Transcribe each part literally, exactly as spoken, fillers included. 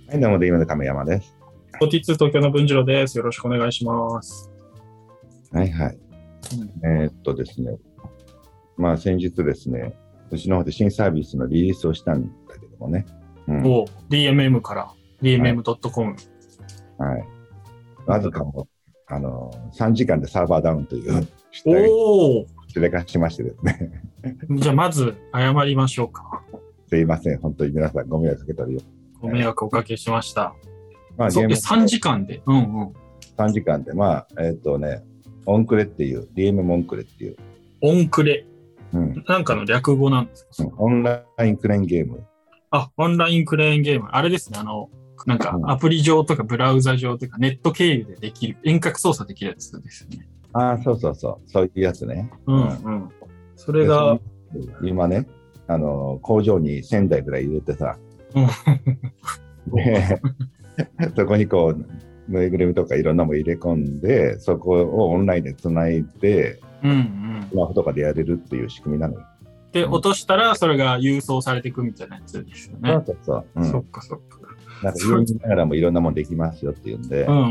はい、どうも、デイムの亀山です。 フォーティーツー東京の文次郎です。よろしくお願いします。 はいはい。うん、えー、っとですね、まあ先日ですね、うちの方で新サービスのリリースをしたんだけどもね。 うん、お ディーエムエム から ディーエムエムドットコム。 はい。はい。わずかもう、あの、さんじかんでサーバーダウンという失態をしでかしましてですね。 じゃあまず謝りましょうか。 すいません、本当に皆さんご迷惑かけたりよ。 ご迷惑おかけしました。 まあ、 そえさんじかんで。うんうん。 さんじかんで、まあ、えー、っとね、オンクレっていう、ディーエムエム オンクレっていう。 オンクレ。 うん。 なんかの略語なんですか、うん、 オンラインクレーンゲーム。 あ、オンラインクレーンゲーム。あれですね。あの、なんかアプリ上とかブラウザ上とかネット経由でできる、遠隔操作できるやつですよね。 ああ、そうそうそう。そういうやつね。 うんうん。それが、 今ね、あの、工場にせんだいぐらい入れてさ、でそこにこう、ぬいぐるみとかいろんなもの入れ込んで、そこをオンラインでつないで、うんうん、スマホとかでやれるっていう仕組みなのよ。 で、うん、落としたらそれが郵送されていくみたいなやつですよね。 そうそうそう。うん、 そっかそっか。 なんか家にいながらもいろんなものできますよっていうんで。 うんうん、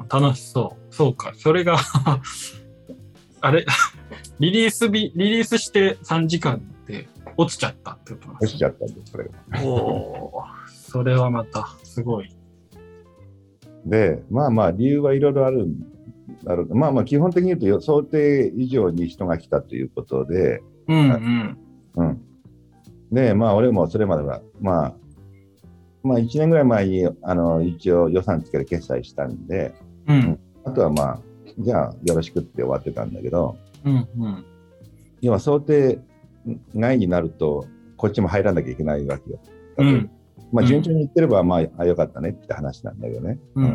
楽しそう。そうか。それがあれ、リリース日、リリースしてさんじかんで落ちちゃったってことなんですね。 落ちちゃったんです、それが。 おー、それはまたすごい。 で、まあまあ理由はいろいろあるある。まあまあ基本的に言うと想定以上に人が来たということで、 うんうんうん、で、まあ俺もそれまでは、まあ、まあいちねんぐらい前にあの一応予算つけて決済したんで、うん、あとはまあ、じゃあよろしくって終わってたんだけど、うんうん、要は想定外になると、こっちも入らなきゃいけないわけよ。うん、まあ、順調にいってれば、まあ、あ、よかったねって話なんだけどね。うんうん、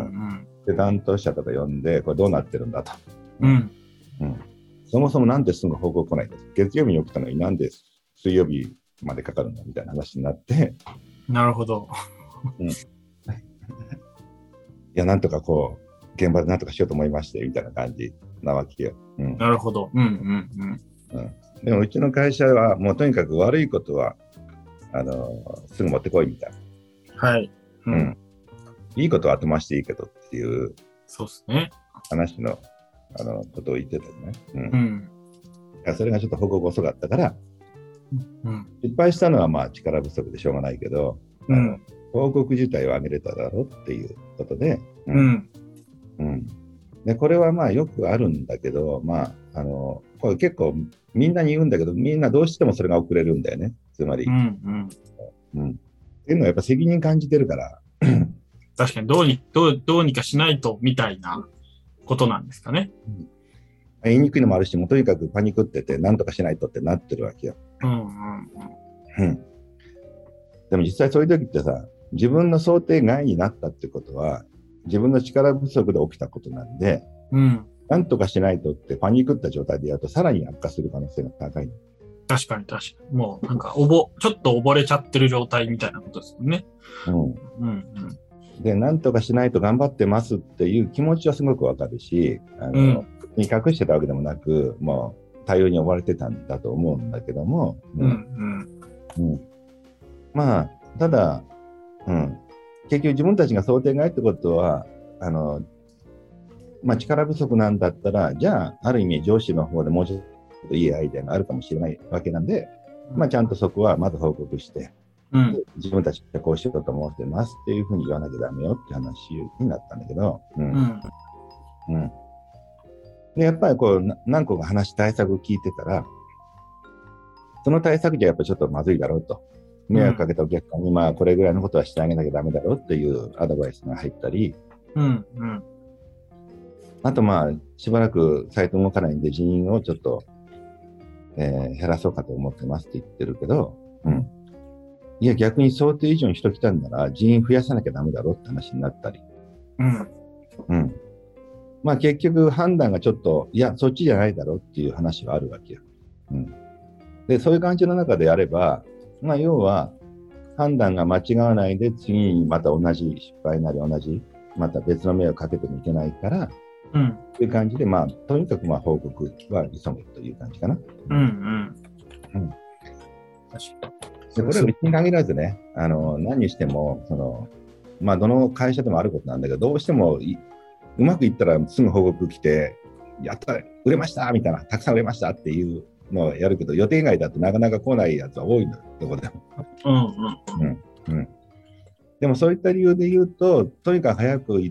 で、担当者とか呼んで、これどうなってるんだと。うんうん、そもそもなんですぐ報告来ないんです。月曜日に起きたのになんで水曜日までかかるのみたいな話になって。 なるほど。 うん、いや、なんとかこう、現場でなんとかしようと思いまして、みたいな感じなわけよ。 うん、なるほど。うんうんうん。 うんでもうちの会社はもうとにかく悪いことはあのすぐ持ってこいみたいな。はい。 うん。うん、いいことは後回していいけどっていうそうですね。 話のあのことを言ってたよね。うん。うん、いやそれがちょっと報告遅かったから、うん、失敗したのはまあ力不足でしょうがないけど、うん、あの報告自体を上げれただろうっていうことで、うん。うんうん、でこれはまあよくあるんだけど、まああのこれ結構みんなに言うんだけど、みんなどうしてもそれが遅れるんだよね。つまり。うんうんうん、っていうのはやっぱ責任感じてるから。 確かにどうにどう、どうにかしないとみたいなことなんですかね。 うん、言いにくいのもあるし、もうとにかくパニックってて、なんとかしないとってなってるわけよ。うんうんうん、でも実際そういう時ってさ、自分の想定外になったってことは、自分の力不足で起きたことなんで、うん、なんとかしないとってパニックった状態でやるとさらに悪化する可能性が高い。 確かに確かに。もうなんかおぼ、ちょっと溺れちゃってる状態みたいなことですよね。うん。うんうん、で、なんとかしないと頑張ってますっていう気持ちはすごくわかるし、あの、うん、に隠してたわけでもなく、もう対応に追われてたんだと思うんだけども、うんうんうん、まあ、ただ、うん、結局自分たちが想定外ってことは、あの、まあ、力不足なんだったら、じゃあ、ある意味上司の方でもうちょっといいアイデアがあるかもしれないわけなんで、まあ、ちゃんとそこはまず報告して、うん、自分たちでこうしようと思ってますっていうふうに言わなきゃダメよって話になったんだけど、うんうんうん、でやっぱりこう何個か話対策聞いてたら、その対策じゃやっぱりちょっとまずいだろうと、迷惑かけたお客さんにまあこれぐらいのことはしてあげなきゃダメだろうっていうアドバイスが入ったり、うんうん、あとまあしばらくサイト動かないんで人員をちょっと、えー、減らそうかと思ってますって言ってるけど、うん、いや逆に想定以上に人来たんなら人員増やさなきゃダメだろって話になったり、うんうん、まあ結局判断がちょっといやそっちじゃないだろうっていう話はあるわけよ、うん、でそういう感じの中であれば、まあ要は判断が間違わないで次にまた同じ失敗なり同じまた別の迷惑かけてもいけないから、うん、という感じで、まあ、とにかくまあ報告は急ぐという感じかな。うんうんうん、確かにでこれは別に限らずね、あの何にしてもそのまあどの会社でもあることなんだけど、どうしてもうまくいったらすぐ報告来て、やった売れましたみたいな、たくさん売れましたっていうのをやるけど、予定外だとなかなか来ないやつは多いのよ、どこでも。 うんうんうんうん、でもそういった理由で言うと、とにかく早く行って、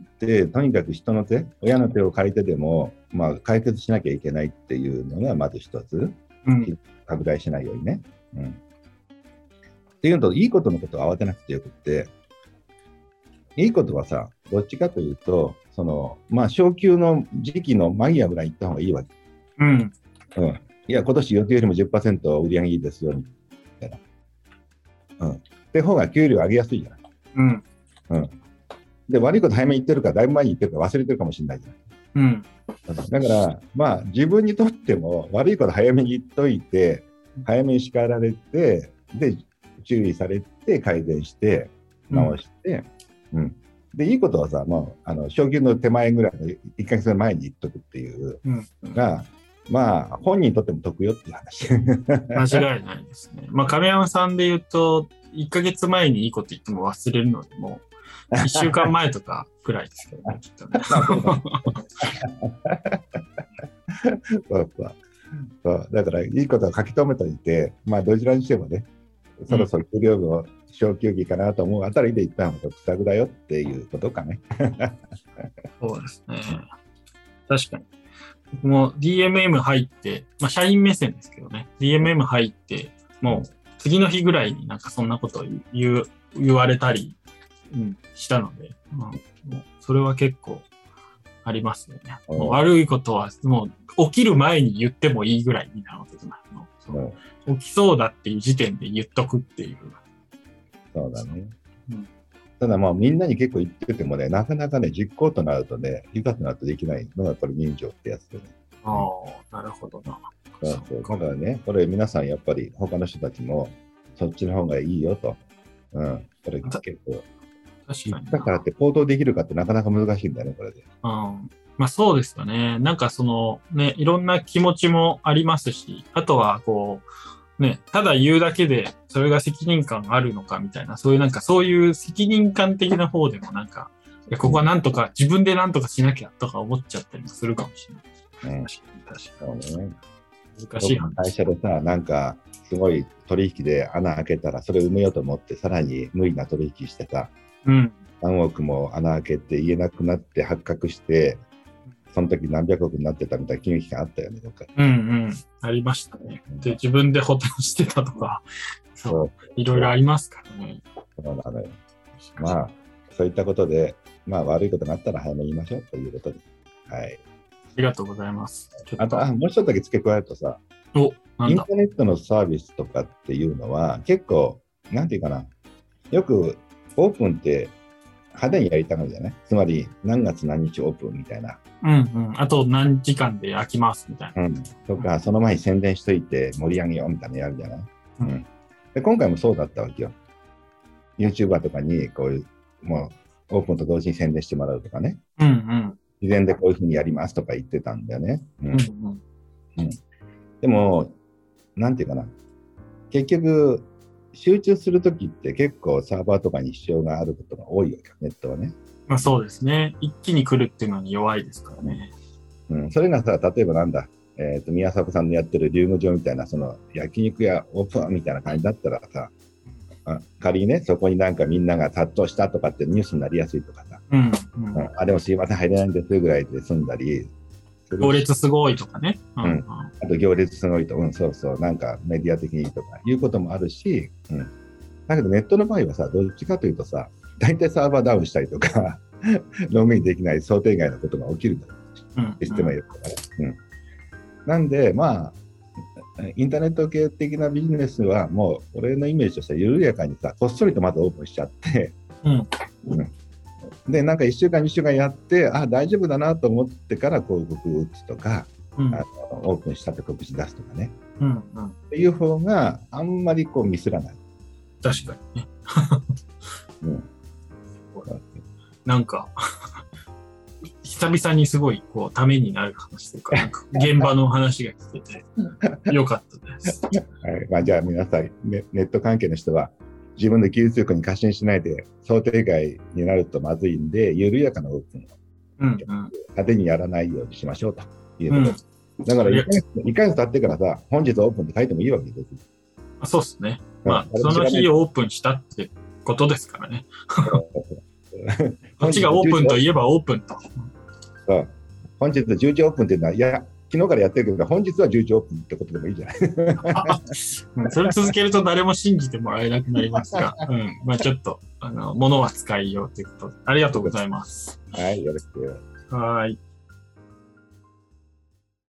とにかく人の手、親の手を借りてでも、まあ、解決しなきゃいけないっていうのがまず一つ、 うん、 拡大しないようにね。うん、っていうのと、いいことのことを慌てなくてよくって、いいことはさ、どっちかというと、そのまあ、昇給の時期の間際ぐらい行った方がいいわけ。 うんうん、いや、今年予定よりも じゅっパーセント 売り上げいいですよみたいな。うん。って方が給料上げやすいじゃない。 うんうん。で、悪いこと早めに言ってるか、だいぶ前に言ってるか忘れてるかもしれないじゃない。うん。だから、まあ、自分にとっても悪いこと早めに言っといて、早めに叱られて、で、注意されて、改善して、直して、うん、うん。で、いいことはさ、もう、あの、昇給の手前ぐらいのいっかげつ前に言っとくっていうのが、うん、まあ、本人にとっても得よっていう話。 間違いないですね。まあ、亀山さんで言うと、いっかげつまえにいいこと言っても忘れるので、もう、いっしゅうかんまえとかくらいですけどね、きっとね。 そうそうそうだから、いいことを書き留めておいて、まあ、どちらにしてもね、そろそろ給料の昇給期かなと思うあたりで一旦得策だよっていうことかね。 そうですね。確かに。僕も ディーエムエム 入って、まあ、社員目線ですけどね、ディーエムエム 入って、もう次の日ぐらいになんかそんなことを言う、言われたり、うん、したので、まあ、もうそれは結構ありますよね。もう悪いことはもう起きる前に言ってもいいぐらいみたいなことなの。起きそうだっていう時点で言っとくっていう。 そうだね。うん、ただまあみんなに結構言っててもね、なかなかね、実行となるとね、いざとなるとできないのがこれ人情ってやつでね。 ああ、なるほどな。 そうそう。だからね、これ皆さんやっぱり他の人たちもそっちの方がいいよと。うん。これ結構。 確かに。 だからって行動できるかってなかなか難しいんだよね、これで。 うん。まあそうですよね。なんかそのね、いろんな気持ちもありますし、あとはこう、ね、ただ言うだけでそれが責任感あるのかみたいな、そういうなんかそういう責任感的な方でもなんか、いやここはなんとか自分でなんとかしなきゃとか思っちゃったりもするかもしれない。うん、確かに確かに。そうね。難しい話。 会社でさ、なんかすごい取引で穴開けたらそれを埋めようと思ってさらに無理な取引してさ、うん、何億も穴開けて言えなくなって発覚して、その時何百億になってたみたいな金融機関あったよね、どっか。 うんうん、ありましたね。で、自分で補填してたとか、そう、いろいろありますからね。 そうなのよ。まあ、そういったことで、まあ、悪いことがあったら早めに言いましょうということで。はい。 ありがとうございます。 あと、あもう一つだけ付け加えるとさ、 お、なんだ。 インターネットのサービスとかっていうのは、結構、なんていうかな、よくオープンって派手にやりたがるじゃない？つまり、何月何日オープンみたいな。 うんうん。あと何時間で開きますみたいな。 うん。とか、その前に宣伝しといて盛り上げようみたいなのやるじゃない？うん。で、今回もそうだったわけよ。YouTuber とかに、こういう、もう、オープンと同時に宣伝してもらうとかね。 うんうん。 事前でこういうふうにやりますとか言ってたんだよね。うん。うんうんうん、でも、なんていうかな。結局、集中するときって結構サーバーとかに支障があることが多いわけよ、ネットはね。 まあそうですね。一気に来るっていうのに弱いですからね。 うん、それがさ、例えばなんだ、えーと、宮迫さんのやってる竜宮城みたいな、その焼肉屋オープンみたいな感じだったらさ、あ仮にね、そこになんかみんなが殺到したとかってニュースになりやすいとかさ、うんうんうん、あ、でもすいません、入れないんですぐらいで済んだり、 行列すごいとかね。 うんうん、あと行列すごいと、うん、そうそう、なんかメディア的にとかいうこともあるし、うん、だけどネットの場合はさ、どっちかというとさ、大体サーバーダウンしたりとか、ログインできない想定外のことが起きるんだよ、システムがよくから。うん、なんで、まあ、インターネット系的なビジネスは、もう、俺のイメージとしては緩やかにさ、こっそりとまずオープンしちゃって、うんうん、で、なんかいっしゅうかん、にしゅうかんやって、あ、大丈夫だなと思ってから広告を打つとか、うん、あのオープンしたって告知出すとかね、うんうん、っていう方があんまりこうミスらない。 確かにね。うん、なんか久々にすごいこうためになる話というか、なんか現場の話が聞けてよかったです。 はい、まあ、じゃあ皆さん、ね、ネット関係の人は自分の技術力に過信しないで想定外になるとまずいんで、緩やかなオープンを、うんうん、派手にやらないようにしましょうということです。うん、だからいっかげつ経ってからさ、本日オープンって書いてもいいわけです。 そうですね。まあ、その日オープンしたってことですからね。こっちがオープンといえばオープンと。 そう。本日じゅうじオープンっていうのは、いや、昨日からやってるけど、本日はじゅうじオープンってことでもいいじゃない。 それ続けると誰も信じてもらえなくなりますが、うん、まあちょっと、あの、物は使いようということで、ありがとうございます。 はい、よろしく。 はい。